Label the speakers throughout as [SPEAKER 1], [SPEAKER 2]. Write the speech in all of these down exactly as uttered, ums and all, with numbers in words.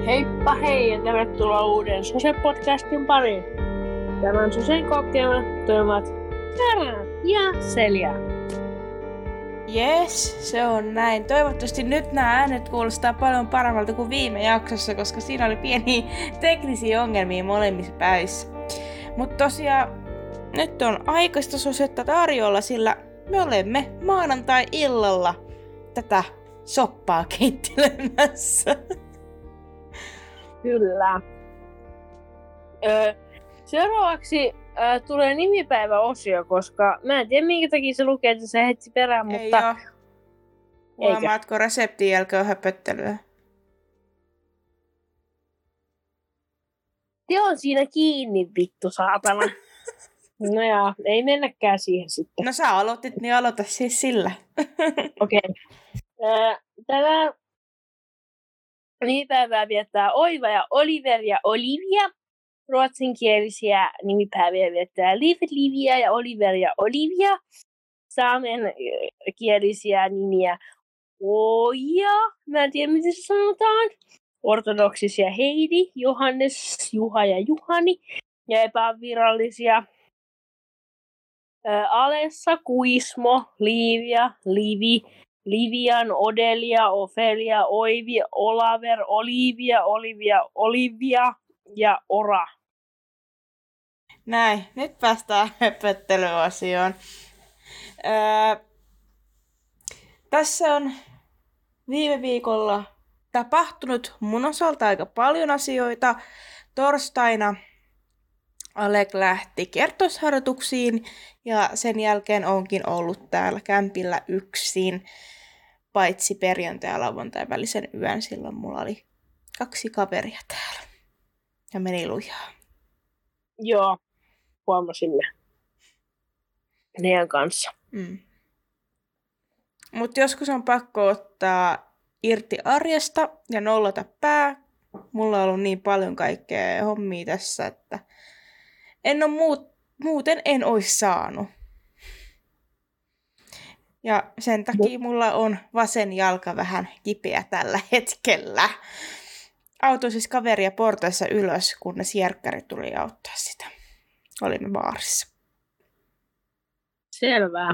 [SPEAKER 1] Heippa hei ja tervetuloa uuden Sose-podcastin pariin. Tämän Sosen kokemat toimivat Sara ja Selja.
[SPEAKER 2] Jes, se on näin. Toivottavasti nyt nämä äänet kuulostaa paljon paremmalta kuin viime jaksossa, koska siinä oli pieniä teknisiä ongelmia molemmissa päissä. Mutta tosiaan nyt on aikaista Sosetta tarjolla, sillä me olemme maanantai-illalla tätä soppaa keittelemässä.
[SPEAKER 1] Kyllä. Öö, seuraavaksi öö, tulee nimipäiväosio, koska mä en tiedä minkä takia se lukee tässä heti perään, mutta...
[SPEAKER 2] Ei oo. Huomaatko reseptin jälkeen höpöttelyä?
[SPEAKER 1] Te on siinä kiinni, vittu saatana. No jaa, ei mennäkään siihen sitten.
[SPEAKER 2] No sä aloitit, niin aloita siis sillä.
[SPEAKER 1] Okei. Okay. Tänään nimipäivää viettää Oiva ja Oliver ja Olivia. Ruotsinkielisiä nimipäiviä viettää Liv, Livia ja Oliver ja Olivia. Saamenkielisiä nimiä Oija, mä en tiedä miten se sanotaan. Ortodoksisia Heidi, Johannes, Juha ja Juhani. Ja epävirallisia ää, Alessa, Kuismo, Liivia, Livi, Livian, Odelia, Ofelia, Oivi, Olaver, Olivia, Olivia, Olivia ja Ora.
[SPEAKER 2] Näin, nyt päästään höpöttelyasioon. Öö, tässä on viime viikolla tapahtunut mun osalta aika paljon asioita. Torstaina Alek lähti kertausharjoituksiin ja sen jälkeen onkin ollut täällä kämpillä yksin, paitsi perjantai- ja lauantai välisen yön. Silloin mulla oli kaksi kaveria täällä ja meni lujaa.
[SPEAKER 1] Joo, huomasimme neidän kanssa.
[SPEAKER 2] Mm. Mutta joskus on pakko ottaa irti arjesta ja nollata pää. Mulla on ollut niin paljon kaikkea hommia tässä, että en ole muut, muuten en olisi saanut. Ja sen takia mulla on vasen jalka vähän kipeä tällä hetkellä. Autoin siis kaveria portaissa ylös, kunnes järkkäri tuli auttaa sitä. Olimme baarissa.
[SPEAKER 1] Selvä.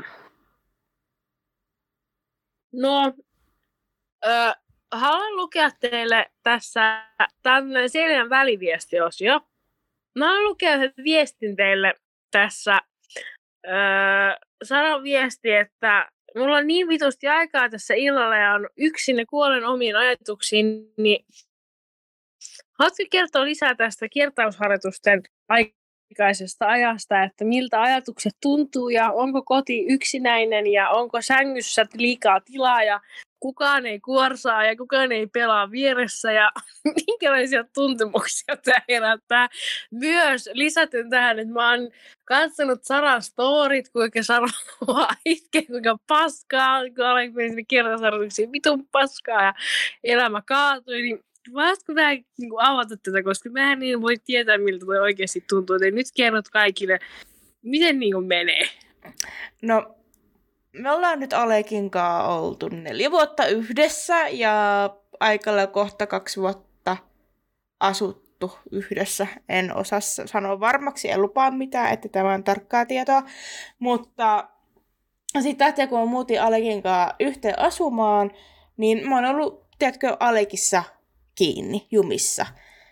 [SPEAKER 1] No, äh, haluan lukea teille tässä tämmöinen Seljan väliviestiosio. Mä haluan lukea yhden viestin teille tässä. Öö, sanon viesti, että mulla on niin vitusti aikaa tässä illalla ja on yksin ja kuolen omiin ajatuksiin, niin haluatko kertoa lisää tästä kertausharjoitusten aikaisesta ajasta, että miltä ajatukset tuntuu ja onko koti yksinäinen ja onko sängyssä liikaa tilaa ja kukaan ei kuorsaa ja kukaan ei pelaa vieressä ja minkälaisia tuntemuksia tämä herättää. Myös lisätyn tähän, että mä oon katsonut Saran storit, kuinka Sara vaan itkee, kuinka paskaa, kun olen sinne kertausharjoituksiin vitun paskaa ja elämä kaatui, niin voisitko vähän niin kuin avata tätä, koska mä en niin voi tietää, miltä toi oikeasti tuntuu. Eli nyt kerrot kaikille, miten niin kuin menee.
[SPEAKER 2] No, me ollaan nyt Alekin kanssa oltu neljä vuotta yhdessä ja aikalla kohta kaksi vuotta asuttu yhdessä. En osaa sanoa varmaksi, en lupaa mitään, että tämä on tarkkaa tietoa. Mutta sitten lähtien, kun mä muutin Alekin kanssa yhteen asumaan, niin mä oon ollut, tiedätkö, Alekissa kiinni, jumissa.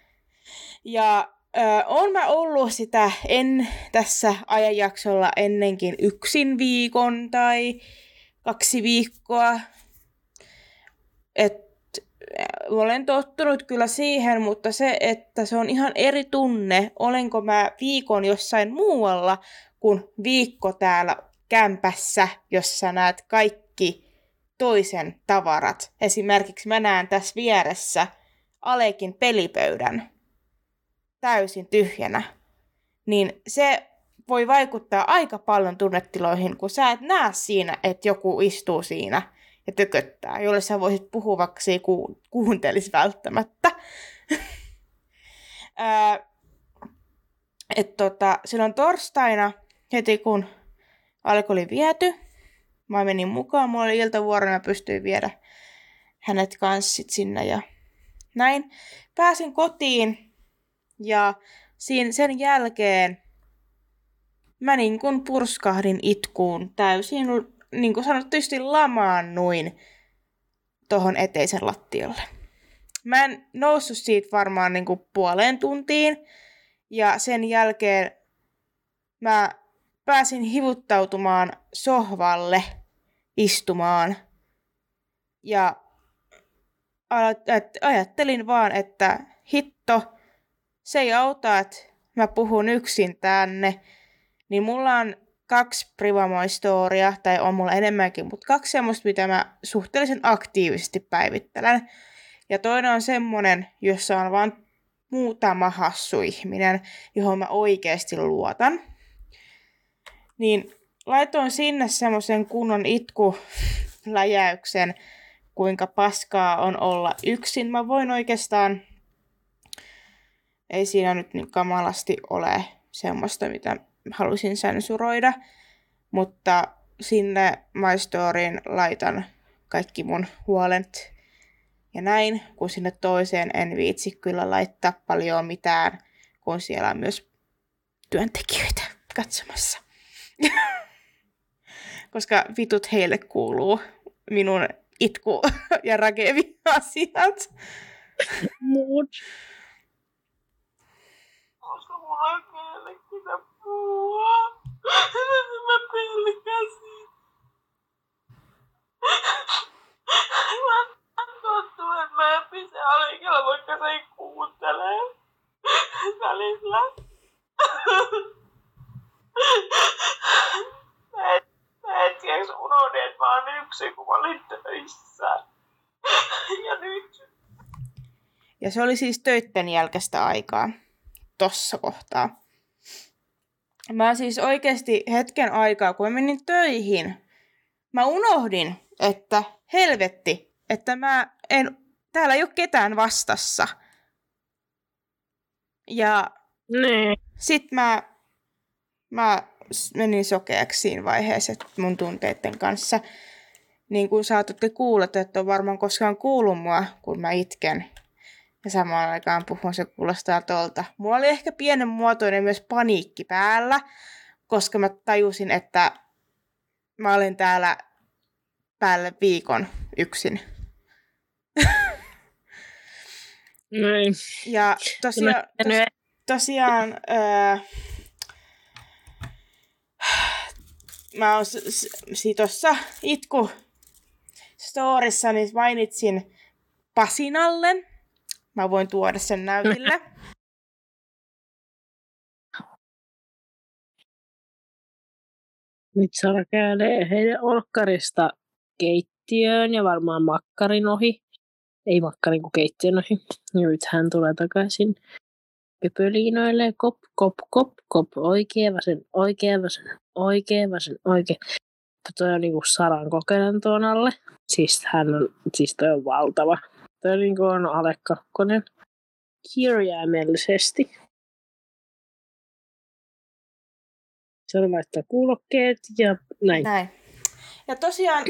[SPEAKER 2] Ja ö, oon mä ollut sitä en tässä ajanjaksolla ennenkin yksin viikon tai kaksi viikkoa. Et, olen tottunut kyllä siihen, mutta se, että se on ihan eri tunne, olenko mä viikon jossain muualla kuin viikko täällä kämpässä, jossa näet kaikki toisen tavarat. Esimerkiksi mä näen tässä vieressä Alekin pelipöydän täysin tyhjänä, niin se voi vaikuttaa aika paljon tunnetiloihin, kun sä et näe siinä, että joku istuu siinä ja tököttää, jolle sä voisit puhua, vaikka se ei ku- kuuntelisi välttämättä. Et tota, silloin torstaina, heti kun Alek oli viety, mä menin mukaan, mulla oli iltavuoro, mä pystyin viedä hänet kanssa sit sinne ja näin. Pääsin kotiin ja siinä sen jälkeen mä niin kuin purskahdin itkuun täysin, niin kuin sanottuisesti lamaannuin tohon eteisen lattialle. Mä en noussut siitä varmaan niin kuin puoleen tuntiin ja sen jälkeen mä pääsin hivuttautumaan sohvalle istumaan ja ajattelin vaan, että hitto, se ei auta, että mä puhun yksin tänne, niin mulla on kaksi Privamo-storia, tai on mulla enemmänkin, mutta kaksi semmoista, mitä mä suhteellisen aktiivisesti päivittelen. Ja toinen on semmonen, jossa on vaan muutama hassu ihminen, johon mä oikeasti luotan. Niin laitoin sinne semmoisen kunnon itkuläjäyksen, kuinka paskaa on olla yksin. Mä voin oikeastaan, ei siinä nyt niin kamalasti ole semmoista, mitä halusin sensuroida, mutta sinne My Storyin laitan kaikki mun huolet ja näin, kun sinne toiseen en viitsi kyllä laittaa paljon mitään, kun siellä on myös työntekijöitä katsomassa. Koska vitut heille kuuluu minun itku ja rakevi asiat.
[SPEAKER 1] Muut.
[SPEAKER 2] Koska mulla on kellekin apua. Mä pelkäsin. Mä tuntuu, että mä epin se alikella, vaikka se ei kuuntele. Välillä. Mä et, mä et tiedä, unohdin, että mä oon yksin, kun mä olin töissä. Ja nyt. Ja se oli siis töitten jälkeistä aikaa. Tossa kohtaa. Mä siis oikeasti hetken aikaa, kun mä menin töihin, mä unohdin, että helvetti, että mä en, täällä ei ole ketään vastassa. Ja
[SPEAKER 1] niin.
[SPEAKER 2] sit mä, mä menin sokeaksi siinä vaiheessa mun tunteiden kanssa. Niin kuin saatatte kuulla, että on varmaan koskaan kuullut mua, kun mä itken. Ja samaan aikaan puhun, se kuulostaa tolta. Mulla oli ehkä pienen muotoinen myös paniikki päällä, koska mä tajusin, että mä olen täällä päälle viikon yksin.
[SPEAKER 1] Niin.
[SPEAKER 2] Ja tosiaan, tos, tosiaan öö, mä oon tuossa itku storissani mainitsin Pasinalle. Mä voin tuoda sen näytille.
[SPEAKER 1] Nyt Sara kävelee heidän olkkarista keittiöön ja varmaan makkarin ohi. Ei makkarin kuin keittiön ohi. Ja nyt hän tulee takaisin köpöliinoille. Kop, kop, kop, kop. Oikea vasen, oikea vasen, oikea vasen, oikea. Toi on niinku Saran kokeinen tuon alle. Siis hän on, siis toi on valtava. Toi niinku on alle kakkonen. Kirjaimellisesti. Se laittaa kuulokkeet ja näin.
[SPEAKER 2] Näin. Ja tosiaan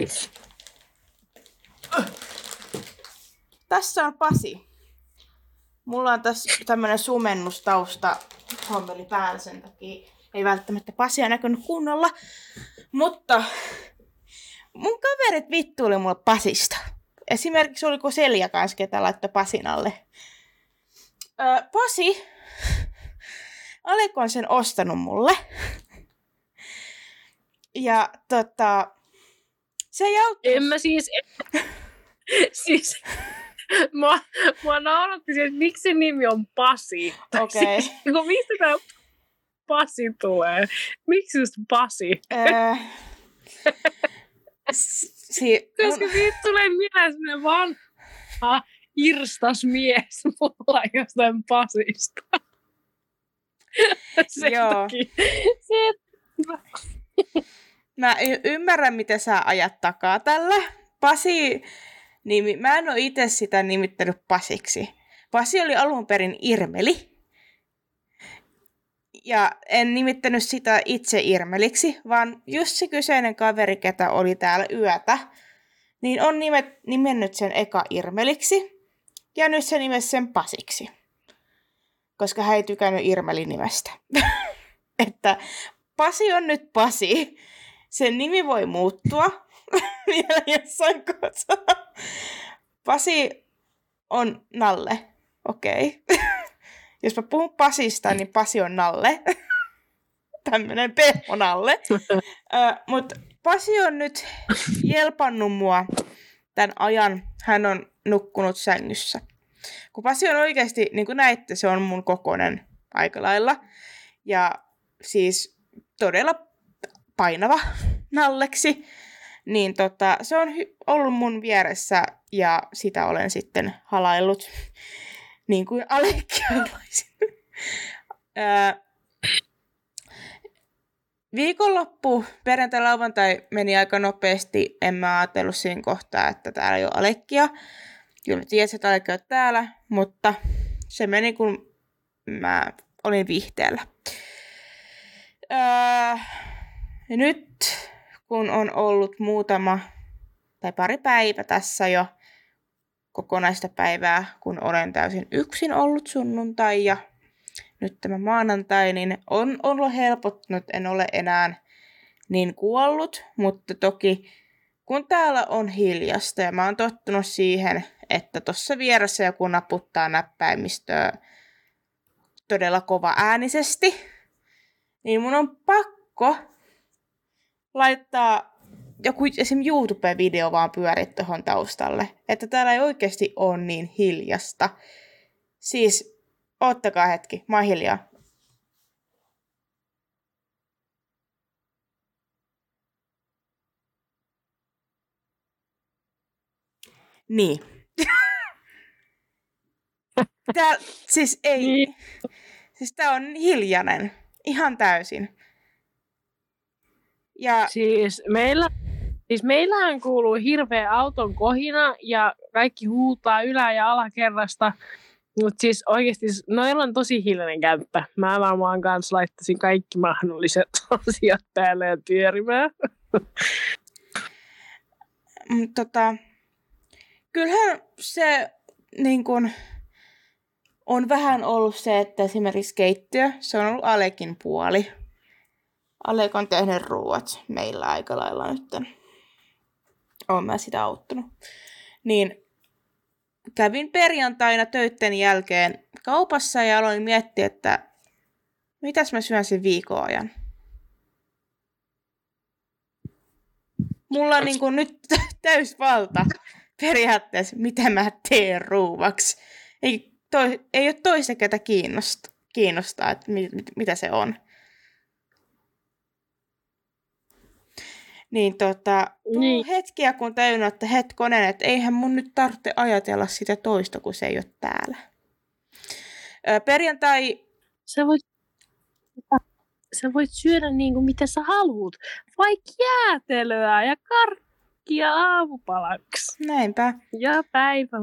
[SPEAKER 2] tässä on Pasi. Mulla on tässä tämmönen sumennustausta hommeli päällä, sen takia ei välttämättä Pasia näkynyt kunnolla. Mutta mun kaverit vittuili mulle Pasista. Esimerkiksi oliko Selja kanssa, ketä laittoi Pasin alle. Öö, Pasi, Aleko on sen ostanut mulle. Ja tota, se ei auttaisi.
[SPEAKER 1] En mä siis, siis, mua, mua nauratti se, että miksi se nimi on Pasi.
[SPEAKER 2] Okei. Okay.
[SPEAKER 1] Siis, mistä tää Pasi tulee? Miksi just Pasi?
[SPEAKER 2] Öö, si-
[SPEAKER 1] Koska
[SPEAKER 2] mun...
[SPEAKER 1] siitä tulee mieleen sellainen vanha, irstas mies mulla jostain Pasista. Sen
[SPEAKER 2] Joo.
[SPEAKER 1] takia. Se,
[SPEAKER 2] Mä y- ymmärrän, mitä sä ajat takaa tällä. Pasi, nimi, mä en ole itse sitä nimittänyt Pasiksi. Pasi oli alun perin Irmeli. Ja en nimittänyt sitä itse Irmeliksi, vaan just se kyseinen kaveri, ketä oli täällä yötä, niin on nimet, nimennyt sen eka Irmeliksi. Ja nyt se nimesi sen Pasiksi. Koska hän ei tykännyt Irmelin nimestä. Että Pasi on nyt Pasi. Sen nimi voi muuttua vielä jossain kohtaa. Pasi on Nalle. Okei. Okay. Jos mä puhun Pasista, niin Pasi on Nalle. Tämmönen pehmo Nalle. uh, Mutta Pasi on nyt jelpannut mua tämän ajan. Hän on nukkunut sängyssä. Kun Pasi on oikeasti, niin kuin näitte, se on mun kokoinen aika lailla. Ja siis todella painava Nalleksi. Niin tota, se on hy- ollut mun vieressä ja sitä olen sitten halaillut niin kuin alekkialaisin. Viikonloppu, perjantai, lauantai meni aika nopeasti. En mä ajatellut siinä kohtaa, että täällä ei ole alekkia. Kyllä mä tiesin, että alekkia on täällä, mutta se meni kun mä olin viihteellä. Öö, ja nyt kun on ollut muutama tai pari päivä tässä jo kokonaista päivää, kun olen täysin yksin ollut sunnuntai ja nyt tämä maanantai, niin on ollut helpottunut, en ole enää niin kuollut, mutta toki kun täällä on hiljasta ja mä oon tottunut siihen, että tuossa vieressä joku naputtaa näppäimistöä todella kova äänisesti, niin mun on pakko laittaa joku esim. YouTube-video vaan pyörii tuohon taustalle, että täällä ei oikeasti ole niin hiljasta. Siis, oottakaa hetki, mä oon hiljaa. Niin. Tää, siis ei, siis tää on hiljainen, ihan täysin. Ja
[SPEAKER 1] Siis meillä, siis meillähän kuuluu hirveä auton kohina ja kaikki huutaa ylä- ja alakerrasta. Mutta siis oikeasti noilla on tosi hiljainen kämppä. Mä varmaan kanssa laittaisin kaikki mahdolliset asiat päälle ja pyörimään.
[SPEAKER 2] Tota, kyllähän se niin kun, on vähän ollut se, että esimerkiksi keittiö, se on ollut Alekin puoli. Alek on tehnyt ruuat meillä aika lailla nyt. Olen mä sitä auttanut. Niin kävin perjantaina töitten jälkeen kaupassa ja aloin miettiä, että mitäs mä syön sen viikon ajan. Mulla on niin kuin nyt täysvalta periaatteessa, mitä mä teen ruuaksi. Ei, toi, ei ole toista, ketä kiinnostaa, kiinnostaa että mit, mit, mitä se on. Niin tota, niin. Hetkiä kun tajunnut, että hetkonen, että eihän mun nyt tarvitse ajatella sitä toista, kun se ei ole täällä. Öö, perjantai...
[SPEAKER 1] Sä voit, sä voit syödä niin kuin mitä sä haluut. Vaikka jäätelöä ja karkkia aamupalaksi.
[SPEAKER 2] Näinpä.
[SPEAKER 1] Ja päivä.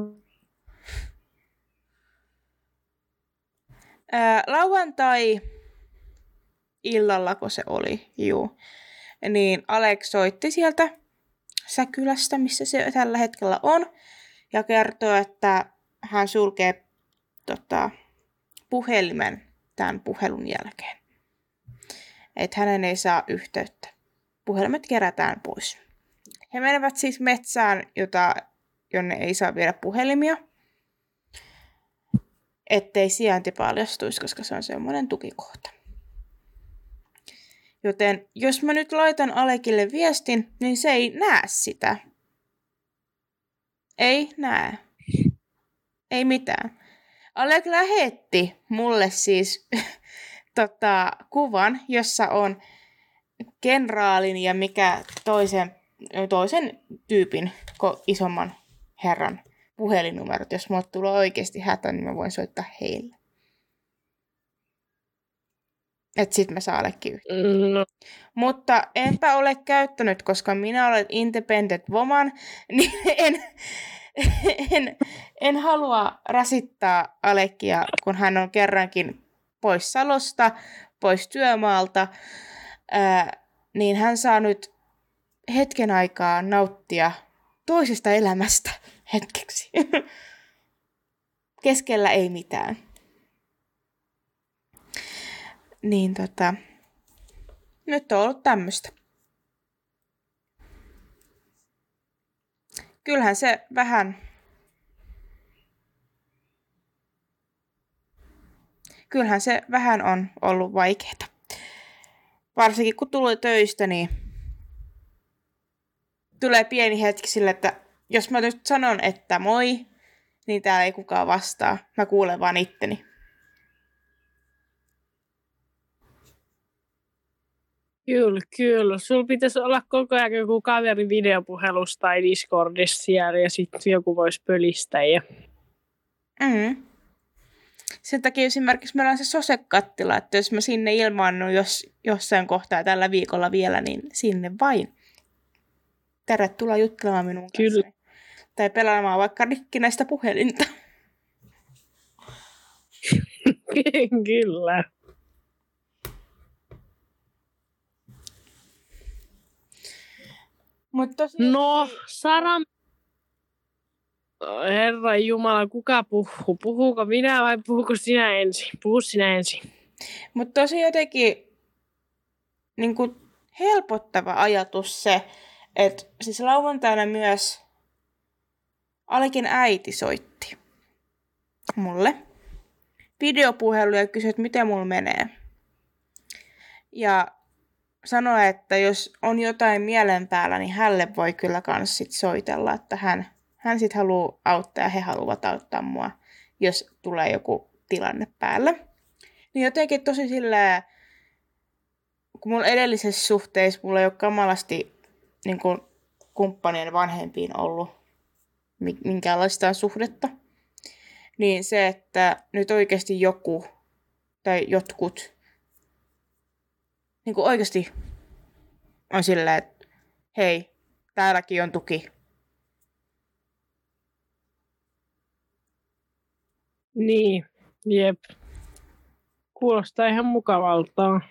[SPEAKER 2] Öö, lauantai illalla, kun se oli, juu. Niin Alex soitti sieltä Säkylästä, missä se tällä hetkellä on, ja kertoo, että hän sulkee tota, puhelimen tämän puhelun jälkeen. Että hänen ei saa yhteyttä. Puhelimet kerätään pois. He menevät siis metsään, jota, jonne ei saa viedä puhelimia, ettei sijainti paljastuisi, koska se on semmoinen tukikohta. Joten jos mä nyt laitan Alekille viestin, niin se ei näe sitä. Ei näe. Ei mitään. Alek lähetti mulle siis tota, kuvan, jossa on kenraalin ja mikä toisen, toisen tyypin isomman herran puhelinnumerot. Jos mulle tulee oikeasti hätä, niin mä voin soittaa heille. Että sit mä saan Alekki yhteyttä. No. Mutta enpä ole käyttänyt, koska minä olen independent woman, niin en, en, en halua rasittaa Alekkia, kun hän on kerrankin pois Salosta, pois työmaalta, ää, niin hän saa nyt hetken aikaa nauttia toisesta elämästä hetkeksi. keskellä ei mitään. Niin tota, nyt on ollut tämmöistä. Kyllähän se vähän, kyllähän se vähän on ollut vaikeaa. Varsinkin kun tulee töistä, niin tulee pieni hetki sille, että jos mä nyt sanon, että moi, niin täällä ei kukaan vastaa. Mä kuulen vaan itteni.
[SPEAKER 1] Kyllä, kyllä. Sulla pitäisi olla koko ajan joku kaveri videopuhelussa tai Discordissa siellä ja sitten joku voisi pölistä. Ja...
[SPEAKER 2] Mm. Sen takia esimerkiksi meillä on se Sose-kattila, että jos mä sinne ilmaannun jos, jossain kohtaa tällä viikolla vielä, niin sinne vain. Tervetuloa juttelemaan minun
[SPEAKER 1] Kyllä.
[SPEAKER 2] kanssani. Tai pelaamaan vaikka rikkinäistä puhelinta.
[SPEAKER 1] Kyllä.
[SPEAKER 2] Mut tosiaan...
[SPEAKER 1] No, Sara... Herra Jumala, kuka puhuu? Puhuuko minä vai puhuuko sinä ensin? Puhu sinä ensin.
[SPEAKER 2] Mutta tosi jotenkin niin kuin helpottava ajatus se, että siis lauantaina myös Alekin äiti soitti mulle videopuhelu ja kysyi, että miten mulla menee. Ja sanoi, että jos on jotain mielen päällä, niin hänelle voi kyllä kans sit soitella, että hän, hän sit haluaa auttaa ja he haluavat auttaa mua, jos tulee joku tilanne päälle. Niin jotenkin tosi silleen, kun mulla edellisessä suhteessa mulla ei ole kamalasti niin kun kumppanien vanhempiin ollut minkäänlaista suhdetta, niin se, että nyt oikeasti joku tai jotkut niin kuin oikeasti on silleen, että hei, täälläkin on tuki.
[SPEAKER 1] Niin, jep. Kuulostaa ihan mukavalta.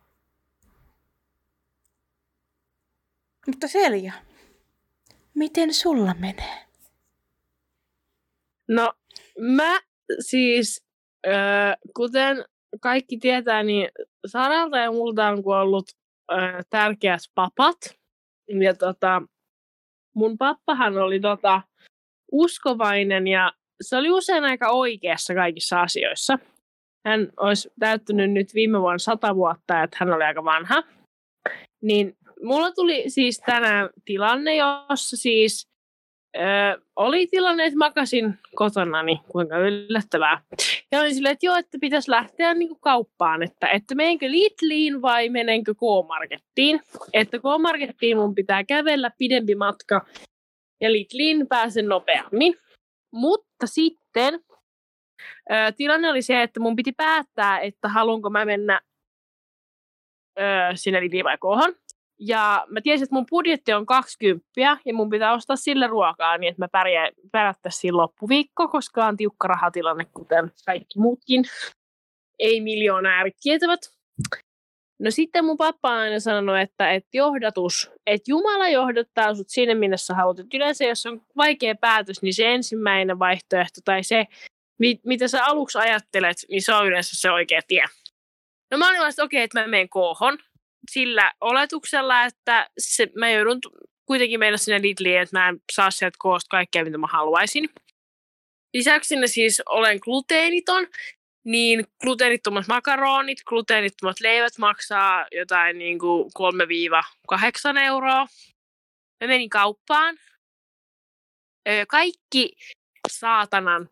[SPEAKER 2] Mutta Selja, miten sulla menee?
[SPEAKER 1] No, mä siis, äh, kuten kaikki tietää, niin Saralta ja multa on ollut äh, tärkeät papat. Ja tota, mun pappahan oli tota, uskovainen ja se oli usein aika oikeassa kaikissa asioissa. Hän olisi täyttänyt nyt viime vuonna sata vuotta, että hän oli aika vanha. Niin mulla tuli siis tänään tilanne, jossa siis Öö, oli tilanne, että makasin kotona, niin kuinka yllättävää. Ja olin silleen, että joo, että pitäisi lähteä niin kuin kauppaan, että, että menenkö Lidliin vai menenkö K-Markettiin. Että K-Markettiin mun pitää kävellä pidempi matka ja Lidliin pääsen nopeammin. Mutta sitten öö, tilanne oli se, että mun piti päättää, että haluanko mä mennä öö, sinne Lidliin vai K:hon. Ja mä tiesin, että mun budjetti on kaksikymmentä ja mun pitää ostaa sille ruokaa niin, että mä pärjään, pärjättäisiin siinä loppuviikko, koska on tiukka rahatilanne, kuten kaikki muutkin ei miljoonäärit tietävät. No sitten mun pappa on aina sanonut, että, että johdatus, että Jumala johdattaa sut sinne, minne sä haluat. Että yleensä, jos on vaikea päätös, niin se ensimmäinen vaihtoehto tai se, mitä sä aluksi ajattelet, niin se on yleensä se oikea tie. No mä olin vaan, että okei, että mä menen K:hon. Sillä oletuksella, että se, mä joudun kuitenkin mennä sinne Lidliin, että mä en saa sieltä K:sta kaikkea, mitä mä haluaisin. Lisäksi sinne siis olen gluteeniton, niin gluteenittomat makaronit, gluteenittomat leivät maksaa jotain niin kuin kolme kahdeksan euroa. Mä menin kauppaan. Kaikki saatanan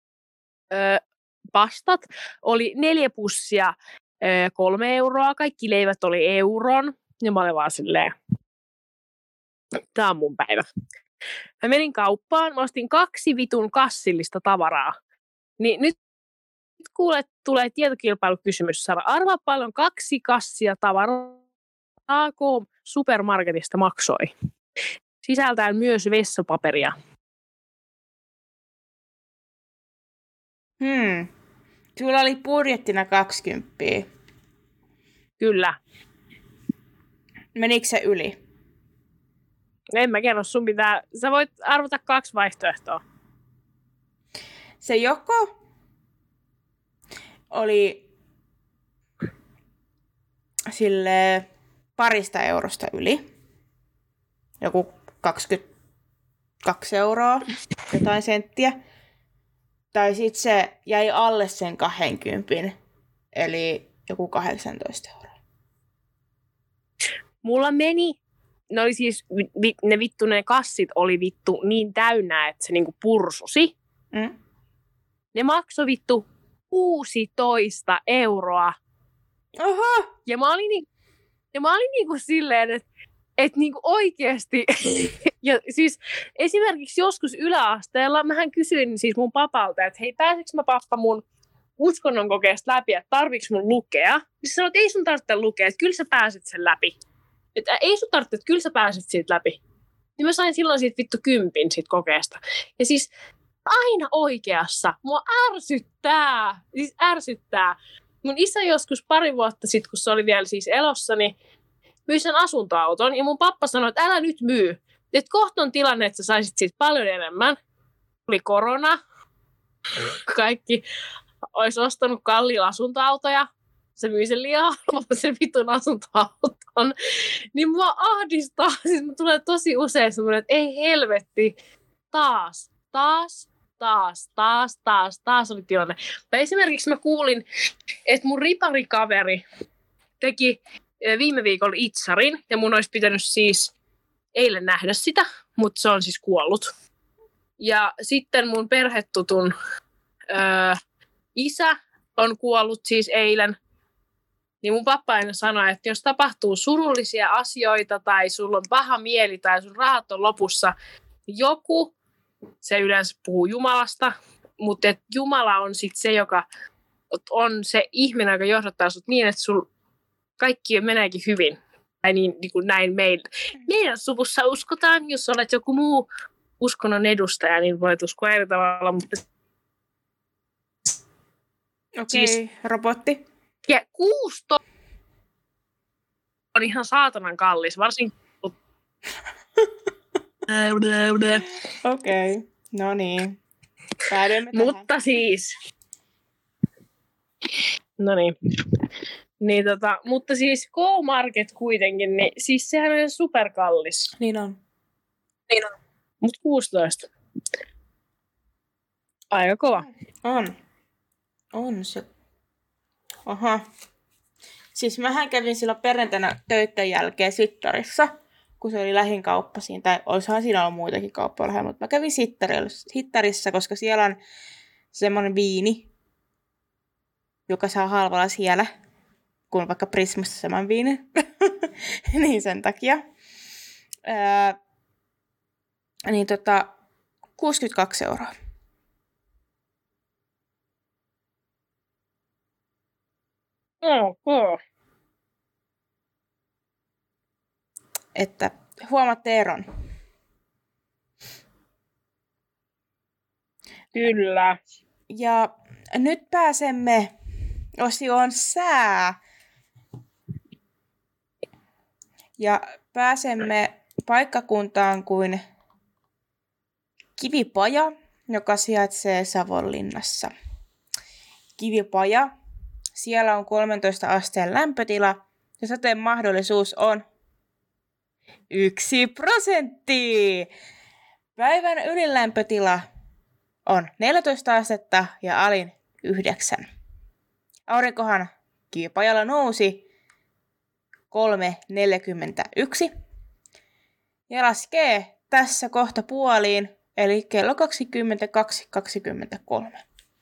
[SPEAKER 1] pastat oli neljä pussia. Kolme euroa, kaikki leivät oli euron, ja mä olin vaan silleen, tää on mun päivä. Mä menin kauppaan, mä ostin kaksi vitun kassillista tavaraa. Niin nyt kuulet, tulee tietokilpailukysymys, Sara. Arvaa paljon kaksi kassia tavaraa A K-supermarketista maksoi. Sisältäen myös vessapaperia.
[SPEAKER 2] Hmm. Sulla oli budjettina kaksikymmentä.
[SPEAKER 1] Kyllä.
[SPEAKER 2] Menikö se yli?
[SPEAKER 1] En mä kerro, sun pitää... Sä voit arvata kaksi vaihtoehtoa.
[SPEAKER 2] se joko oli sille parista eurosta yli, joku kaksikymmentäkaksi euroa, jotain senttiä, tai sitten se jäi alle sen kaksikymmentä, eli joku kahdeksantoista euroa.
[SPEAKER 1] Mulla meni, ne oli siis, vi, ne vittu, ne kassit oli vittu niin täynnä, että se niinku pursusi.
[SPEAKER 2] Mm?
[SPEAKER 1] Ne maksoi vittu kuusitoista euroa.
[SPEAKER 2] Oho!
[SPEAKER 1] Ja mä olin, ni, ja mä olin niinku silleen, että et niinku oikeesti. Ja siis esimerkiksi joskus yläasteella mähän kysyin siis mun papalta, että hei, pääseekö mä pappa mun uskonnon kokeesta läpi, että tarviiks mun lukea? Niin se sanoi, että ei sun tarvitse lukea, että kyllä sä pääset sen läpi. Että ei sun tarvitse, että kyllä sä pääset siitä läpi. Niin mä sain silloin siitä vittu kympin siitä kokeesta. Ja siis aina oikeassa. Mua ärsyttää. Siis ärsyttää. Mun isä joskus pari vuotta sitten, kun se oli vielä siis elossa, niin myi sen asuntoauton. Ja mun pappa sanoi, että älä nyt myy. Että kohta on tilanne, että sä saisit siitä paljon enemmän. Tuli korona. Kaikki olisi ostanut kalliilla asuntoautoja. Se myi sen liian halvalla sen vitun asuntoauton. Niin mua ahdistaa. Siis mä tulee tosi usein semmoinen, että ei helvetti. Taas, taas, taas, taas, taas, taas oli tilanne. Tai esimerkiksi mä kuulin, että mun riparikaveri teki viime viikolla itsarin. Ja mun olisi pitänyt siis eilen nähdä sitä, mutta se on siis kuollut. Ja sitten mun perhetutun öö, isä on kuollut siis eilen. Niin mun pappa aina sanoi, että jos tapahtuu surullisia asioita tai sulla on paha mieli tai sun rahat on lopussa, niin joku, se yleensä puhuu Jumalasta, mutta et Jumala on sitten se, joka on se ihminen, joka johdattaa sut niin, että sul kaikki meneekin hyvin. Tai niin, niin kuin näin meidän, meidän suvussa uskotaan, jos olet joku muu uskonnon edustaja, niin voit uskoa eri tavalla, mutta
[SPEAKER 2] okei, siis, robotti.
[SPEAKER 1] Ja kuusto on ihan saatanan kallis, varsinkin.
[SPEAKER 2] Okei, okay. No niin. Päädymme
[SPEAKER 1] Mutta tähän. Siis. No niin. Niin tota, mutta siis K-Market kuitenkin, niin siis sehän on superkallis.
[SPEAKER 2] Niin on.
[SPEAKER 1] Niin on. Mut kuusitoista. Aika kova.
[SPEAKER 2] On. On se. Aha. Siis mähän kävin silloin perjantaina töiden jälkeen Sittarissa, kun se oli lähin kauppa siinä. Tai olisihan siinä ollut muitakin kauppoja, mutta mä kävin Sittarissa, koska siellä on semmoinen viini, joka saa halvalla siellä, kun vaikka Prismassa saman viinin. Niin sen takia. Öö, niin tota, kuusikymmentäkaksi euroa.
[SPEAKER 1] Ok.
[SPEAKER 2] Että huomaatte eron.
[SPEAKER 1] Kyllä.
[SPEAKER 2] Ja nyt pääsemme osioon sää. Ja pääsemme paikkakuntaan kuin Kivipaja, joka sijaitsee Savonlinnassa. Kivipaja. Siellä on kolmentoista asteen lämpötila ja sateen mahdollisuus on yksi prosentti. Päivän ylilämpötila on neljätoista astetta ja alin yhdeksän. Aurinkohan Kivipajalla nousi kolme neljäkymmentäyksi ja laskee tässä kohta puoliin, eli kello kaksikymmentäkaksi kaksikymmentäkolme.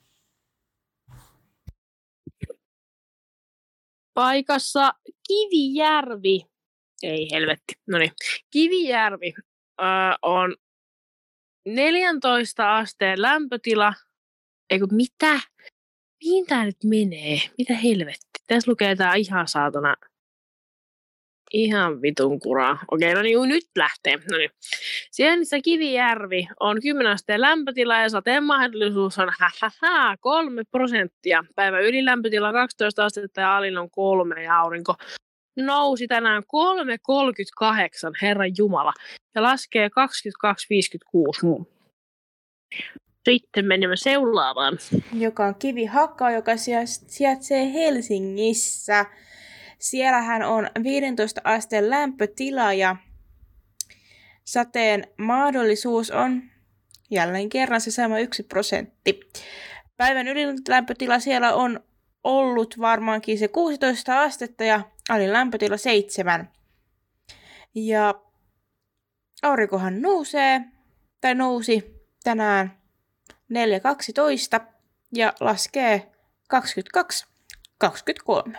[SPEAKER 1] Paikassa Kivijärvi, ei helvetti, no niin, Kivijärvi öö, on neljäntoista asteen lämpötila, eikö mitä? Mihin tää nyt menee? Mitä helvetti? Tässä lukee tää ihan saatana, ihan vitun kuraa. Okei, no niin, nyt lähtee. No niin. Sijainnissä Kivijärvi on kymmenen asteen lämpötila ja sateen mahdollisuus on hähähä, kolme prosenttia. Päivän ylilämpötila kaksitoista astetta ja alin on kolme ja aurinko nousi tänään kolme kolmekymmentäkahdeksan, Herran Jumala, ja laskee kaksikymmentäkaksi viisikymmentäkuusi. Sitten menemme seuraavaan.
[SPEAKER 2] Joka on Kivihakka, joka sijaitsee Helsingissä. Siellähän on viisitoista asteen lämpötila ja sateen mahdollisuus on jälleen kerran se sama yksi prosentti. Päivän ylin lämpötila siellä on ollut varmaankin se kuusitoista astetta ja alin lämpötila seitsemän. Ja aurinkohan nousee, tai nousi tänään neljä kaksitoista ja laskee kaksikymmentäkaksi kaksikymmentäkolme.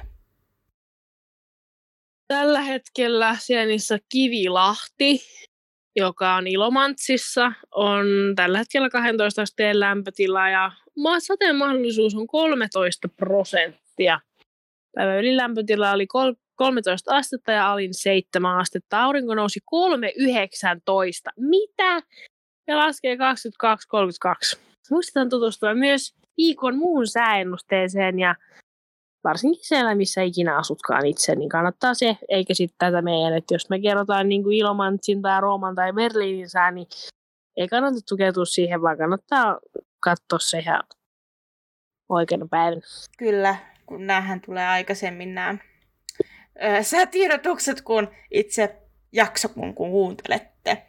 [SPEAKER 1] Tällä hetkellä Sienissä Kivilahti, joka on Ilomantsissa, on tällä hetkellä kaksitoista asteen lämpötila ja sateen mahdollisuus on kolmetoista prosenttia. Päivän ylilämpötila oli kolmetoista astetta ja alin seitsemän astetta. Aurinko nousi kolme yhdeksäntoista. Mitä? Ja laskee kaksikymmentäkaksi kolmekymmentäkaksi. Muistetaan tutustua myös viikon muun sääennusteeseen ja varsinkin siellä, missä ikinä asutkaan itse, niin kannattaa se, eikä sitten tätä meidän, että jos me kerrotaan niin kuin Ilomantsin tai Rooman tai Berliinin sää, niin ei kannata tukeutua siihen, vaan kannattaa katsoa se ihan oikeana päivänä.
[SPEAKER 2] Kyllä, kun näähän tulee aikaisemmin nämä säätiedotukset, kun itse jakso, kun kuuntelette.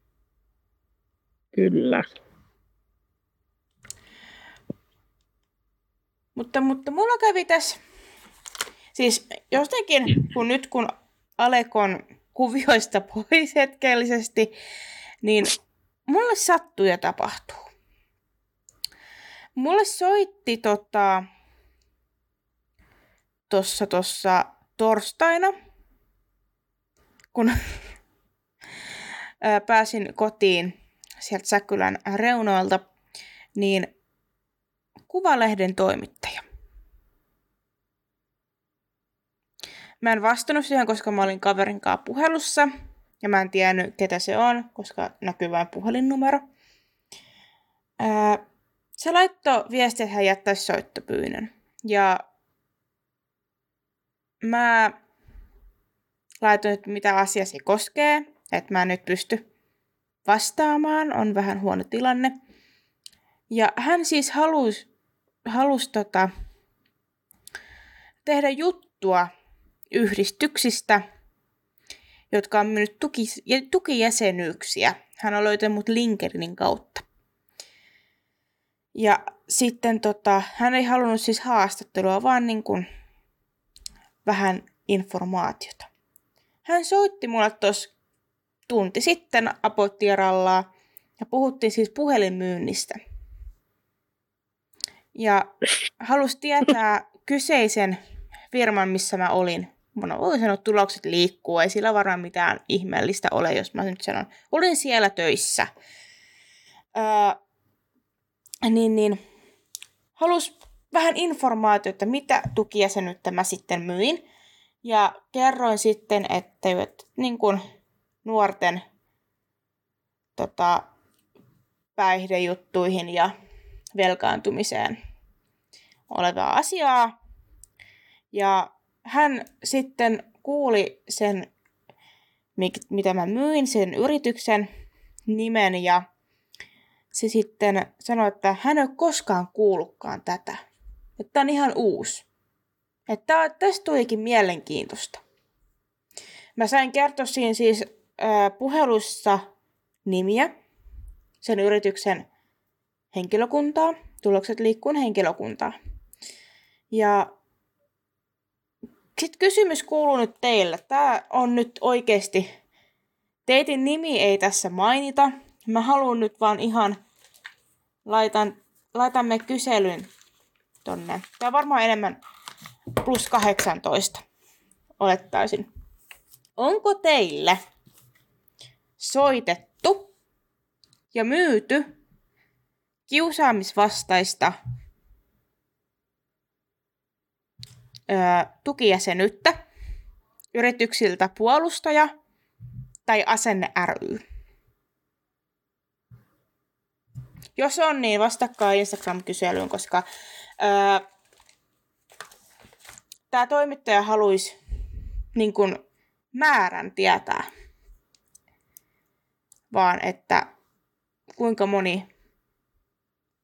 [SPEAKER 1] Kyllä.
[SPEAKER 2] Mutta, mutta mulla kävi tässä, siis jotenkin, kun nyt kun Alekon kuvioista pois hetkellisesti, niin mulle sattuu ja tapahtuu. Mulle soitti tota, tossa, tossa torstaina, kun pääsin kotiin sieltä Säkylän reunoilta, niin Kuvalehden toimittaja. Mä en vastannut siihen, koska mä olin kaverin kanssa puhelussa. Ja mä en tiennyt, ketä se on, koska näkyy vain puhelinnumero. Ää, se laittoi viestiä, että hän jättäisi soittopyynnön. Ja mä laitoin, että mitä asia se koskee. Että mä en nyt pysty vastaamaan. On vähän huono tilanne. Ja hän siis halusi halusi tota, tehdä juttua yhdistyksistä, jotka on myynyt tuki, tukijäsenyyksiä. Hän on löytänyt mut LinkedInin kautta. Ja sitten tota, hän ei halunnut siis haastattelua, vaan niin kuin vähän informaatiota. Hän soitti mulle tuossa tunti sitten Apotierallaa ja puhuttiin siis puhelinmyynnistä. Ja halusi tietää kyseisen firman, missä mä olin. Mä voin sanoa, että tulokset liikkuu. Ei sillä varmaan mitään ihmeellistä ole, jos mä nyt sanon. Olin siellä töissä. Öö, niin, niin. Halusi vähän informaatiota, mitä tukijäsenyyttä mä sitten myin. Ja kerroin sitten, että, että niin kuin nuorten tota, päihdejuttuihin ja velkaantumiseen olevaa asiaa. Ja hän sitten kuuli sen, mitä mä myin, sen yrityksen nimen, ja se sitten sanoi, että hän ei ole koskaan kuullutkaan tätä. Että tämä on ihan uusi. Että tästä tulikin mielenkiintoista. Mä sain kertoa siinä siis äh, puhelussa nimiä, sen yrityksen henkilökuntaa, tulokset liikkuun henkilökuntaa. Ja sitten kysymys kuuluu nyt teille. Tämä on nyt oikeasti, teidän nimi ei tässä mainita. Mä haluan nyt vaan ihan, laitan, laitamme kyselyn tonne. Tämä on varmaan enemmän plus kahdeksantoista, olettaisin. Onko teille soitettu ja myyty kiusaamisvastaista ö, tukijäsenyyttä yrityksiltä Puolustaja tai Asenne ry? Jos on, niin vastakkaa Instagram-kyselyyn, koska ö, tämä toimittaja haluaisi niin kuin määrän tietää, vaan että kuinka moni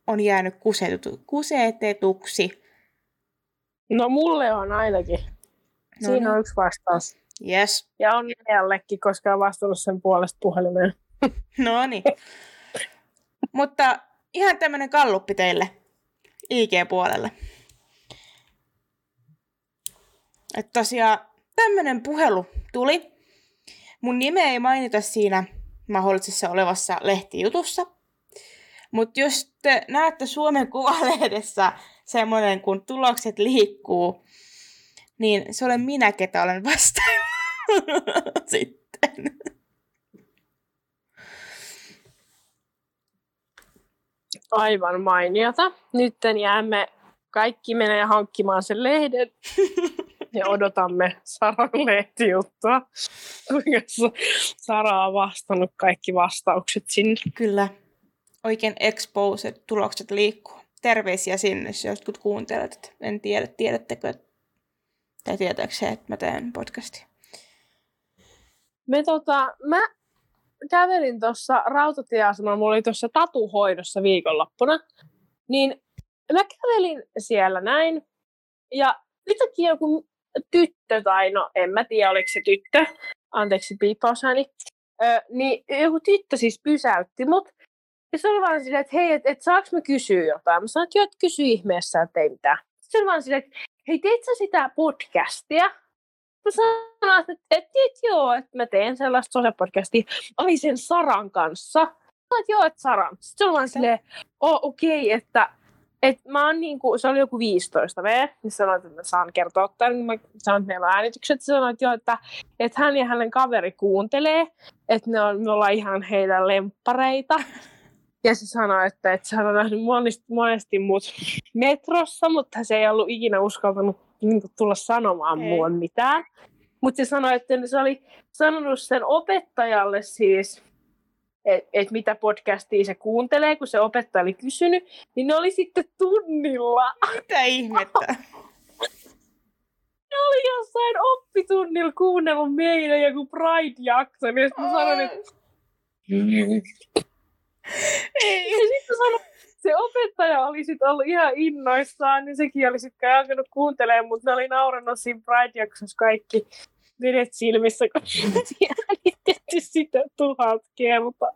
[SPEAKER 2] on jäänyt kusetetu, kusetetuksi?
[SPEAKER 1] No mulle on ainakin.
[SPEAKER 2] No
[SPEAKER 1] Siinä
[SPEAKER 2] niin.
[SPEAKER 1] on yksi vastaus.
[SPEAKER 2] Yes.
[SPEAKER 1] Ja on Neallekin, koska on vastannut sen puolesta puhelimeen.
[SPEAKER 2] No niin. Mutta ihan tämmönen galluppi teille I G-puolelle. Että tosiaan tämmönen puhelu tuli. Mun nimeä ei mainita siinä mahdollisessa olevassa lehtijutussa. Mutta jos te näette Suomen Kuvalehdessä semmoinen, kun tulokset liikkuu, niin se olen minä, ketä olen vastailla sitten.
[SPEAKER 1] Aivan mainiota. Nytten jäämme kaikki menee hankkimaan sen lehden ja odotamme Saran lehtijuttua, kuinka Sara on vastannut kaikki vastaukset sinne.
[SPEAKER 2] Kyllä. Oikein exposed tulokset liikkuu. Terveisiä sinne, jos jotkut kuuntelet. En tiedä, tiedättekö, tai tietääkö se, että mä teen podcastia.
[SPEAKER 1] Me tota, mä kävelin tuossa rautatieasemalla, mulla oli tuossa tatuhoidossa viikonloppuna, niin mä kävelin siellä näin, ja yhtäkkiä joku tyttö, tai no en mä tiedä, oliko se tyttö, anteeksi piippausääni, öö, niin joku tyttö siis pysäytti mut, ja se oli vaan silleen, että hei, että et saaks mä kysyä jotain? Mä sanoin, että joo, että kysy ihmeessä, että ei mitään. Se oli vaan silleen, että hei, teet sä sitä podcastia? Mä sanoin, että, että, että joo, että mä teen sellaista sosiaalipodcastia. Ai sen Saran kanssa. Mä sanoin, että joo, että Saran. Sitten se oli vaan silleen, oh, okei, okay, että, että mä oon niinku, se oli joku viisitoista vuotta, niin sanoin, että mä saan kertoa tämän, kun mä sanoin, että meillä on äänitykset. Se sanoi, että joo, että, että hän ja hänen kaveri kuuntelee, että ne on, me ollaan ihan heidän lemppareita. Ja se sanoi, että, että hän on nähnyt monesti, monesti mut metrossa, mutta se ei ollut ikinä uskaltanut niin kuin, tulla sanomaan ei. Mulle mitään. Mutta se sanoi, että se oli sanonut sen opettajalle siis, että et mitä podcastia se kuuntelee, kun se opettaja oli kysynyt, niin ne oli sitten tunnilla.
[SPEAKER 2] Mitä ihmettä?
[SPEAKER 1] Ne oli jossain oppitunnilla kuunnellut meidän joku Pride-jakso, ja sitten mä sanoin, että... Ei. Ja sitten sanoi, se opettaja oli sitten ollut ihan innoissaan, niin sekin oli sitten alkanut kuuntelemaan, mutta ne oli naurannut siinä Pride-jaksossa kaikki vedet silmissä, kun siellä oli tehty sitä tuhat kertaa.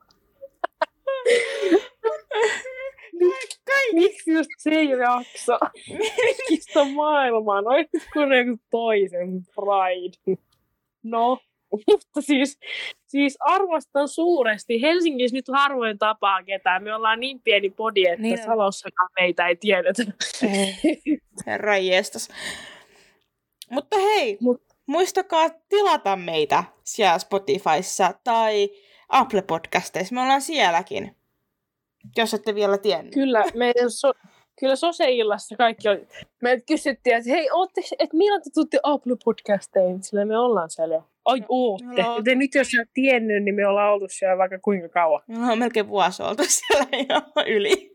[SPEAKER 1] Miksi just se jakso? Mikistä maailmaan? Olisiko joku toisen Pride? No. Mutta siis, siis arvostan suuresti. Helsingissä nyt harvoin tapaa ketään. Me ollaan niin pieni podi, että niin Salossakaan meitä ei tiedetä.
[SPEAKER 2] Herra jestas. Mutta hei, Mut. muistakaa tilata meitä siellä Spotifyssa tai Apple Podcasteissa. Me ollaan sielläkin, jos ette vielä tiennyt.
[SPEAKER 1] Kyllä, meidän so- Kyllä Sose-illassa kaikki oli. Me kysyttiin, että hei, ootte, että milloin te tuutte Apple Podcasteihin? Sillä me ollaan siellä jo. Ai, no, ootte. No, ja nyt jos sä oot tiennyt, niin me ollaan oltu siellä vaikka kuinka kauan.
[SPEAKER 2] Me ollaan melkein vuosi oltu siellä jo yli.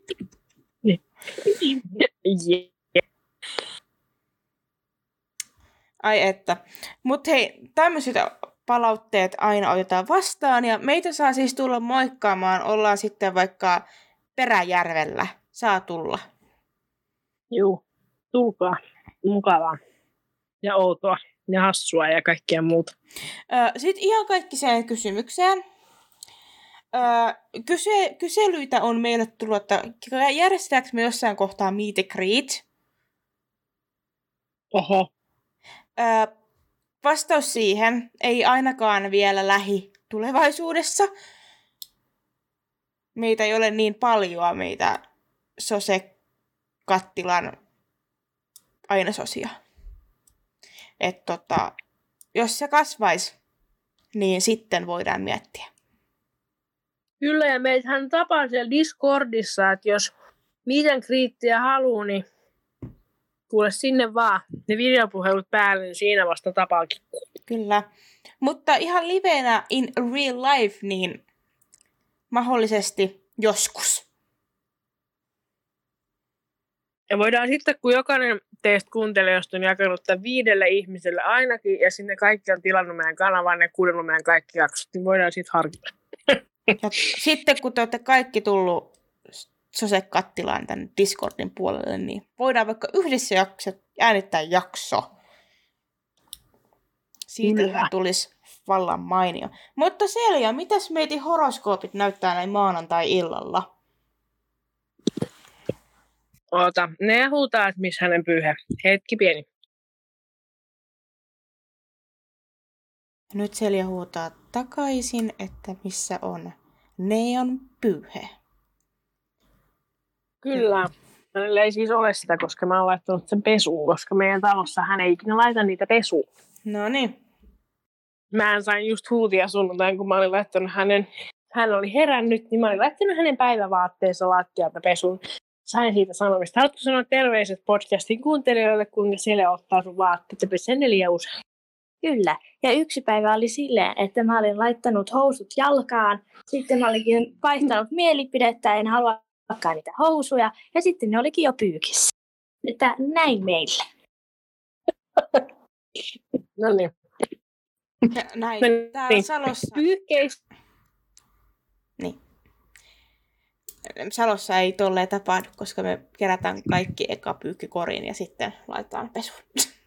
[SPEAKER 1] yeah.
[SPEAKER 2] Ai että. Mut hei, tämmöiset palautteet aina otetaan vastaan. Ja meitä saa siis tulla moikkaamaan. Ollaan sitten vaikka Peräjärvellä. Saa tulla.
[SPEAKER 1] Juu, tulkaa. Mukavaa. Ja outoa. Ja hassua ja kaikkea muuta.
[SPEAKER 2] Sitten ihan kaikki sen kysymykseen. Kyse, kyselyitä on meille tullut, että järjestetäänkö me jossain kohtaa meet and greet?
[SPEAKER 1] Oho.
[SPEAKER 2] Vastaus siihen ei ainakaan vielä lähitulevaisuudessa. Meitä ei ole niin paljoa meitä Sose-kattilan ainesosia. Että tota, jos se kasvaisi, niin sitten voidaan miettiä.
[SPEAKER 1] Kyllä, ja meitähän tapaa siellä Discordissa, että jos miten kriittiä haluaa, niin kuule sinne vaan. Ne videopuhelut päälle, niin siinä vasta tapaakin.
[SPEAKER 2] Kyllä. Mutta ihan liveenä in real life, niin mahdollisesti joskus.
[SPEAKER 1] Ja voidaan sitten, kun jokainen teistä kuuntelijoista on jakanut tämän viidelle ihmiselle ainakin, ja sinne kaikki on tilannut meidän kanavan ja kuunnellut meidän kaikki jaksot, niin voidaan sitten harkita.
[SPEAKER 2] Ja sitten kun te olette kaikki tullut Sose-kattilaan tänne Discordin puolelle, niin voidaan vaikka yhdessä jakso, äänittää jakso. Siitähän tulisi vallan mainio. Mutta Selja, mitäs meitin horoskoopit näyttää näin maanantai-illalla?
[SPEAKER 1] Oota, ne huutaa, että missä hänen pyyhe. Hetki pieni.
[SPEAKER 2] Nyt Selja huutaa takaisin, että missä on Neon pyyhe.
[SPEAKER 1] Kyllä. Hänellä ei siis ole sitä, koska mä oon laittanut sen pesuun, koska meidän talossa hän ei ikinä laita niitä pesuun.
[SPEAKER 2] No niin.
[SPEAKER 1] Mä sain just huutia sunnuntain, kun mä olin laittanut hänen, hän oli herännyt, niin mä olin laittanut hänen päivävaatteensa lattialta pesuun. Sain siitä sanomista. Haluatko sanoa terveiset podcastin kuuntelijoille, kuinka siellä ottaa sun vaatteet ja pesee neljä usein?
[SPEAKER 3] Kyllä. Ja yksi päivä oli silleen, että mä olin laittanut housut jalkaan. Sitten mä olinkin vaihtanut mielipidettä, en haluakaan niitä housuja. Ja sitten ne olikin jo pyykissä. Että näin meille.
[SPEAKER 1] No niin.
[SPEAKER 2] Näin.
[SPEAKER 1] No
[SPEAKER 2] Täällä
[SPEAKER 1] niin.
[SPEAKER 2] Salossa...
[SPEAKER 1] Pyyhkeis.
[SPEAKER 2] Niin. Salossa ei tolleen tapahdu, koska me kerätään kaikki eka pyykkikoriin ja sitten laitetaan pesuun.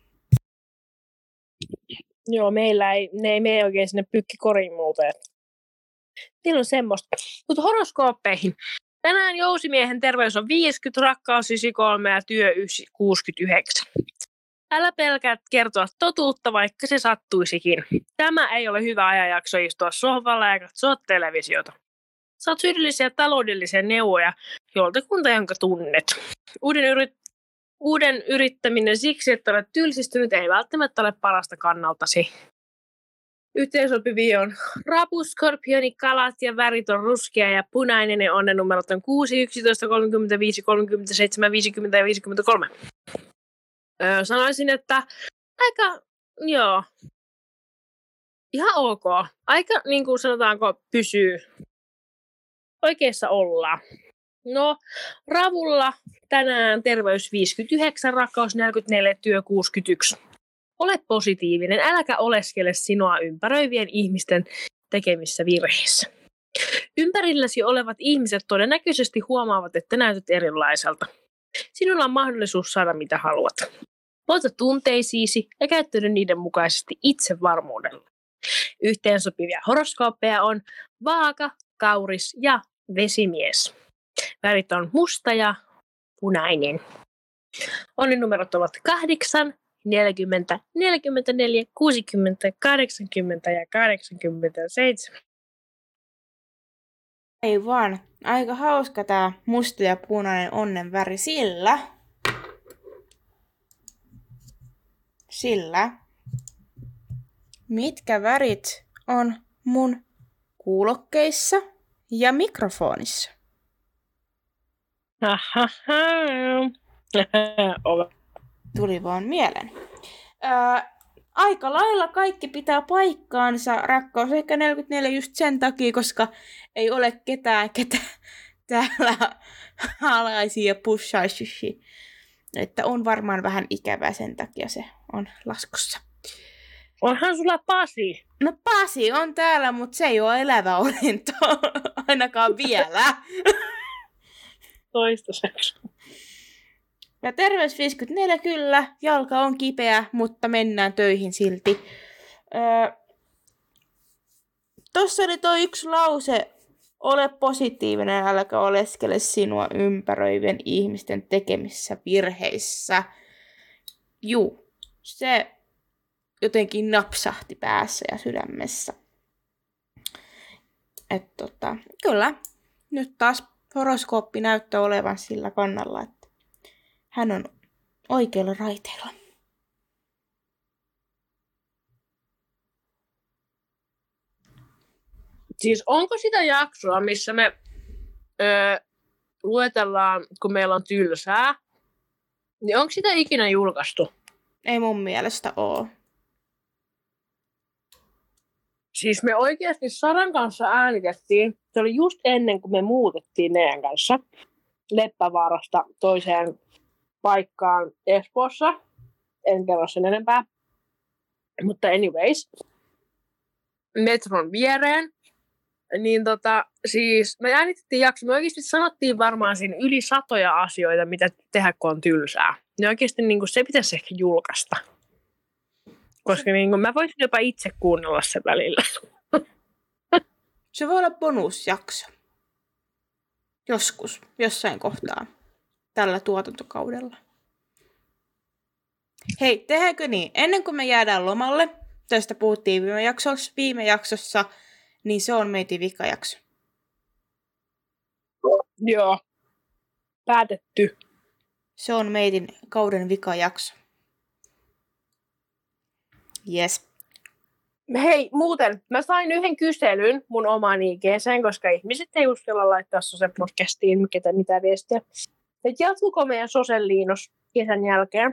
[SPEAKER 1] Joo, meillä ei, ne ei mene oikein sinne pyykkikoriin muuten. Niillä on semmoista. Mutta horoskooppeihin. Tänään jousimiehen terveys on viisikymmentä, rakkaus yhdeksänkymmentäkolme ja työ kuusikymmentäyhdeksän. Älä pelkää kertoa totuutta, vaikka se sattuisikin. Tämä ei ole hyvä ajanjakso istua sohvalla ja katsoa televisiota. Saat hyödyllisiä taloudellisia neuvoja joltakunta, jonka tunnet. Uuden, yrit- uuden yrittäminen siksi, että olet tylsistynyt, ei välttämättä ole parasta kannaltasi. Yhteensopivia on rapu, skorpioni, kalat ja värit on ruskea ja punainen ja onnennumerot on kuusi, yksitoista, kolmekymmentäviisi, kolmekymmentäseitsemän, viisikymmentä ja viisikymmentäkolme. Öö, sanoisin, että aika, joo, ihan ok. Aika, niin kuin sanotaanko, pysyy. Oikeassa ollaan. No, ravulla tänään terveys viisikymmentäyhdeksän, rakkaus neljäkymmentäneljä, työ kuusikymmentäyksi. Ole positiivinen, äläkä oleskele sinua ympäröivien ihmisten tekemissä virheissä. Ympärilläsi olevat ihmiset todennäköisesti huomaavat, että näytät erilaiselta. Sinulla on mahdollisuus saada mitä haluat. Luota tunteisiisi ja käyttäydy niiden mukaisesti itsevarmuudella. Yhteensopivia horoskooppeja on vaaka, kauris ja vesimies. Värit on musta ja punainen. Onninumerot ovat kahdeksan, neljäkymmentä, neljäkymmentäneljä, kuusikymmentä, kahdeksankymmentä ja kahdeksankymmentäseitsemän.
[SPEAKER 2] Ei vaan. Aika hauska tää musta ja punainen onnen väri, sillä... Sillä... Mitkä värit on mun kuulokkeissa ja mikrofonissa? Tuli vaan mieleen. Öö, aika lailla kaikki pitää paikkaansa, rakkaus. Ehkä neljäkymmentäneljä just sen takia, koska ei ole ketään, ketä täällä halaisi ja pushaisi. Että on varmaan vähän ikävää, sen takia se on laskussa.
[SPEAKER 1] Onhan sulla Pasi.
[SPEAKER 2] No Pasi on täällä, mutta se ei ole elävä olento. Ainakaan vielä.
[SPEAKER 1] Toistaiseksi.
[SPEAKER 2] Ja terveys viisikymmentäneljä kyllä, jalka on kipeä, mutta mennään töihin silti. Öö, Tuossa oli tuo yksi lause, ole positiivinen, äläkä oleskele sinua ympäröivien ihmisten tekemissä virheissä. Juu, se jotenkin napsahti päässä ja sydämessä. Et tota, kyllä, nyt taas horoskooppi näyttää olevan sillä kannalla, että hän on oikealla raiteella.
[SPEAKER 1] Siis onko sitä jaksoa, missä me öö, luetellaan, kun meillä on tylsää, niin onko sitä ikinä julkaistu?
[SPEAKER 2] Ei mun mielestä oo.
[SPEAKER 1] Siis me oikeasti Saran kanssa äänitettiin, se oli just ennen kuin me muutettiin Nean kanssa Leppävaarasta toiseen paikkaan Espoossa. En kerro sen enempää. Mutta anyways, metron viereen. niin tota, siis me äänitettiin jakso, me oikeasti sanottiin varmaan siinä yli satoja asioita, mitä tehdä, kun on tylsää. Niin oikeasti niin kuin se pitäisi ehkä julkaista. Koska niin kuin, mä voisin jopa itse kuunnella sen välillä.
[SPEAKER 2] Se voi olla bonusjakso. Joskus, jossain kohtaa. Tällä tuotantokaudella. Hei, tehdäänkö niin? Ennen kuin me jäädään lomalle, tästä puhuttiin viime jaksossa, viime jaksossa, niin se on meidän vikajakso.
[SPEAKER 1] Joo. Päätetty.
[SPEAKER 2] Se on meidän kauden vikajakso. Yes.
[SPEAKER 1] Hei, muuten, mä sain yhden kyselyn mun omaan I G:seen, koska ihmiset ei uskalla laittaa Sosen podcastiin ketä mitä viestiä. Et jatkuko meidän Sosen liinos kesän jälkeen?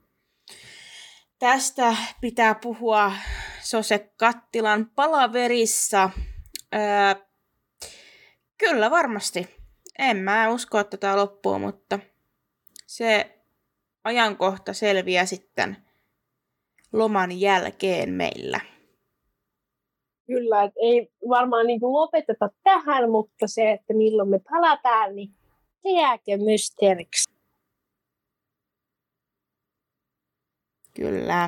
[SPEAKER 2] Tästä pitää puhua Sose Kattilan palaverissa. Öö, kyllä varmasti. En mä usko, että tämä loppuu, mutta se ajankohta selviää sitten loman jälkeen meillä.
[SPEAKER 1] Kyllä, että ei varmaan niin kuin lopeteta tähän, mutta se, että milloin me palataan, niin se jääkö mysteeriksi.
[SPEAKER 2] Kyllä.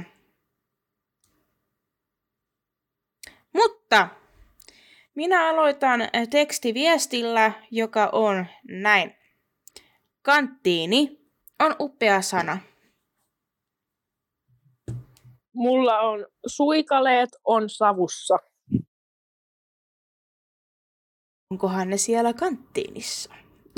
[SPEAKER 2] Mutta minä aloitan tekstiviestillä, joka on näin. Kanttiini on upea sana.
[SPEAKER 1] Mulla on suikaleet on savussa.
[SPEAKER 2] Onkohan ne siellä kanttiinissa?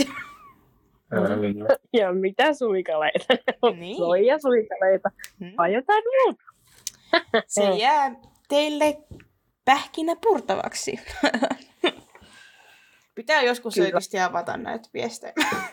[SPEAKER 1] Ja mitä suikaleita?
[SPEAKER 2] Niin.
[SPEAKER 1] Soija suikaleita.
[SPEAKER 2] Hmm.
[SPEAKER 1] Vai jotain muuta?
[SPEAKER 2] Se jää teille pähkinä purtavaksi. Pitää joskus
[SPEAKER 1] Kyllä.
[SPEAKER 2] oikeasti avata näitä viestejä.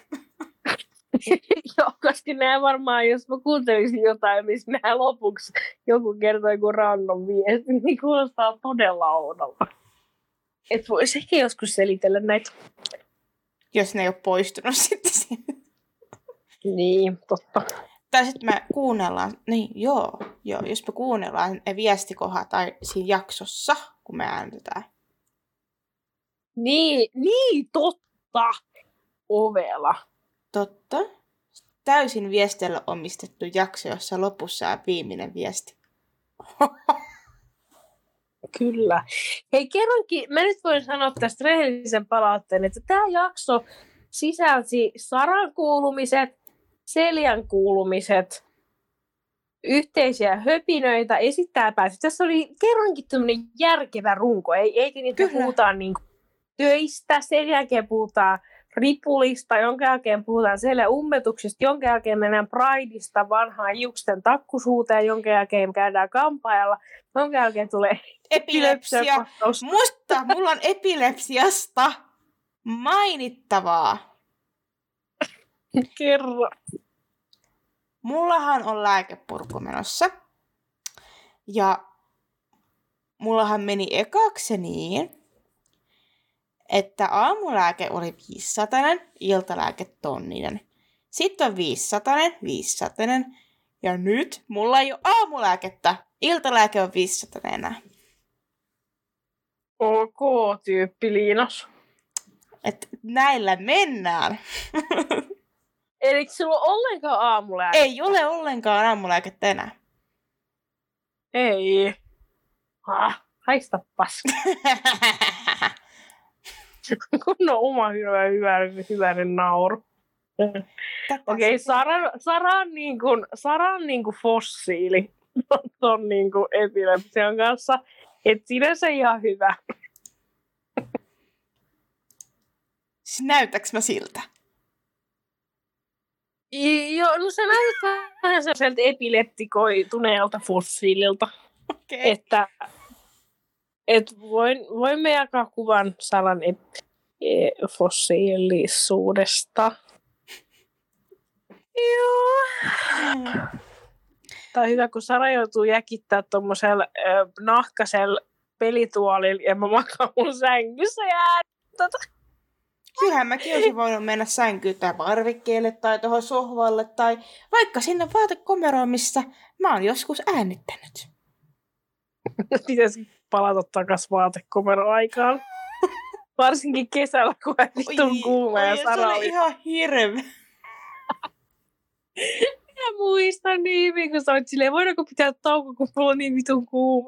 [SPEAKER 1] Joo, koska nämä varmaan, jos mä kuuntelisin jotain, missä nämä lopuksi joku kertoo joku random viesti, niin kuulostaa todella oudolta. Et vois ehkä joskus selitellä näitä.
[SPEAKER 2] Jos ne ei ole poistunut sitten siinä.
[SPEAKER 1] Niin, totta.
[SPEAKER 2] Tai sitten me kuunnellaan, niin joo, joo, jos me kuunnellaan ne viestikohat tai siinä jaksossa, kun me äänitetään.
[SPEAKER 1] Niin, niin, totta. Ovela.
[SPEAKER 2] Totta. Täysin viestillä omistettu jakso, jossa lopussa on viimeinen viesti.
[SPEAKER 1] Kyllä. Hei, kerrankin, mä nyt voin sanoa tästä rehellisen palautteen, että tämä jakso sisälsi Saran kuulumiset, Seljan kuulumiset, yhteisiä höpinöitä, esittää pääsi. Tässä oli kerrankin tämmöinen järkevä runko, ei, eikä niitä puhutaan niin töistä, sen jälkeen puhutaan ripulista, jonka jälkeen puhutaan Seljan ummetuksista, jonka jälkeen mennään Prideista vanhaan hiuksten takkusuuteen, jonka jälkeen käydään kampaajalla, jonka jälkeen tulee
[SPEAKER 2] epilepsia. Musta mulla on epilepsiasta mainittavaa.
[SPEAKER 1] Kerro.
[SPEAKER 2] Mullahan on lääkepurku menossa. Ja mullahan meni ekaksi niin, että aamulääke oli viisisatainen, iltalääke tonninen. Sitten on viisisatainen, viisisatainen. Ja nyt mulla ei ole aamulääkettä. Iltalääke on viisisatainen enää.
[SPEAKER 1] Ok, tyyppi Liinos.
[SPEAKER 2] Et näillä mennään.
[SPEAKER 1] Elikö sulla ole ollenkaan aamulääke?
[SPEAKER 2] Ei ole ollenkaan aamulääkettä enää.
[SPEAKER 1] Ei. Ah, haista paska. Kun on oma hyvä, hyvä, hyvänen nauru. Okei, okay, Sara, Sara on niin kuin, Sara on niin kuin fossiili ton niin kuin epilepsian kanssa. Et sinänsä ihan hyvä.
[SPEAKER 2] Näytäks mä siltä?
[SPEAKER 1] Joo, no sä näytät vähän sellaiselta epileptikoituneelta fossiililta.
[SPEAKER 2] Okay.
[SPEAKER 1] Että et voin, voimme jakaa kuvan Saran ep- e- fossiilisuudesta. Joo. Mm. Tämä on hyvä, kun Sara joutuu jäkittää tuommoisella äh, nahkasella pelituolilla ja mä makaan mun sängyssä ja äänettätä.
[SPEAKER 2] Kyllähän mäkin olisin voinut mennä sänkyyn tai parvikkeelle tai tuohon sohvalle tai vaikka sinne vaatekomeroon, missä mä oon joskus äänittänyt.
[SPEAKER 1] Pitäisi palata takaisin vaatekomeroaikaan. Varsinkin kesällä, kun on vitun kuuma ja Sara
[SPEAKER 2] se oli
[SPEAKER 1] oli...
[SPEAKER 2] ihan hirveä.
[SPEAKER 1] Minä muistan niin hyvin, kun sä oot silleen, voidaanko pitää tauko, kun mulla on niin vitun kuuma.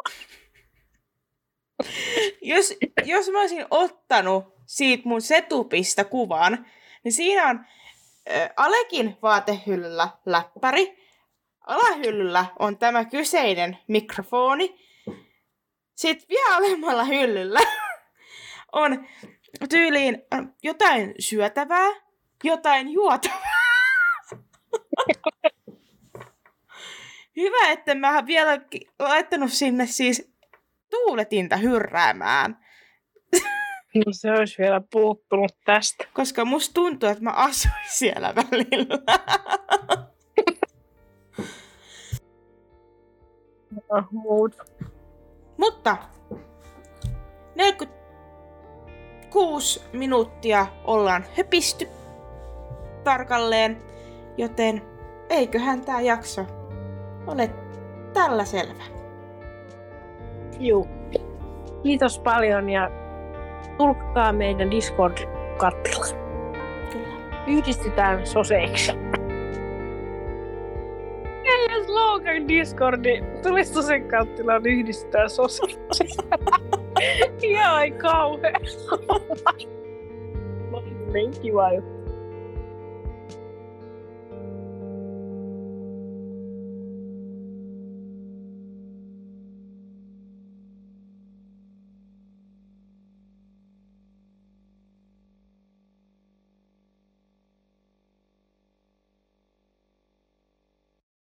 [SPEAKER 2] Jos, jos mä olisin ottanut siitä mun setupista kuvan, niin siinä on ä, Alekin vaatehyllyllä läppäri. Alahyllyllä on tämä kyseinen mikrofoni. Sitten vielä alemmalla hyllyllä on tyyliin jotain syötävää, jotain juotavaa. Hyvä, että mä oon vielä laittanut sinne siis tuuletinta hyrräämään.
[SPEAKER 1] No se olisi vielä puuttunut tästä.
[SPEAKER 2] Koska musta tuntuu, että mä asuin siellä välillä.
[SPEAKER 1] No, muut.
[SPEAKER 2] Mutta neljäkymmentäkuusi minuuttia ollaan höpisty tarkalleen, joten eiköhän tää jakso ole tällä selvä.
[SPEAKER 1] Juu. Kiitos paljon ja tulkkaa meidän Discord-kattila.
[SPEAKER 2] Kyllä.
[SPEAKER 1] Yhdistetään soseiksi. Ja jos Logan Discordi tulisi sosen kattilaan, yhdistetään soseiksi. Ihan kauhea. Niin kiva juttu.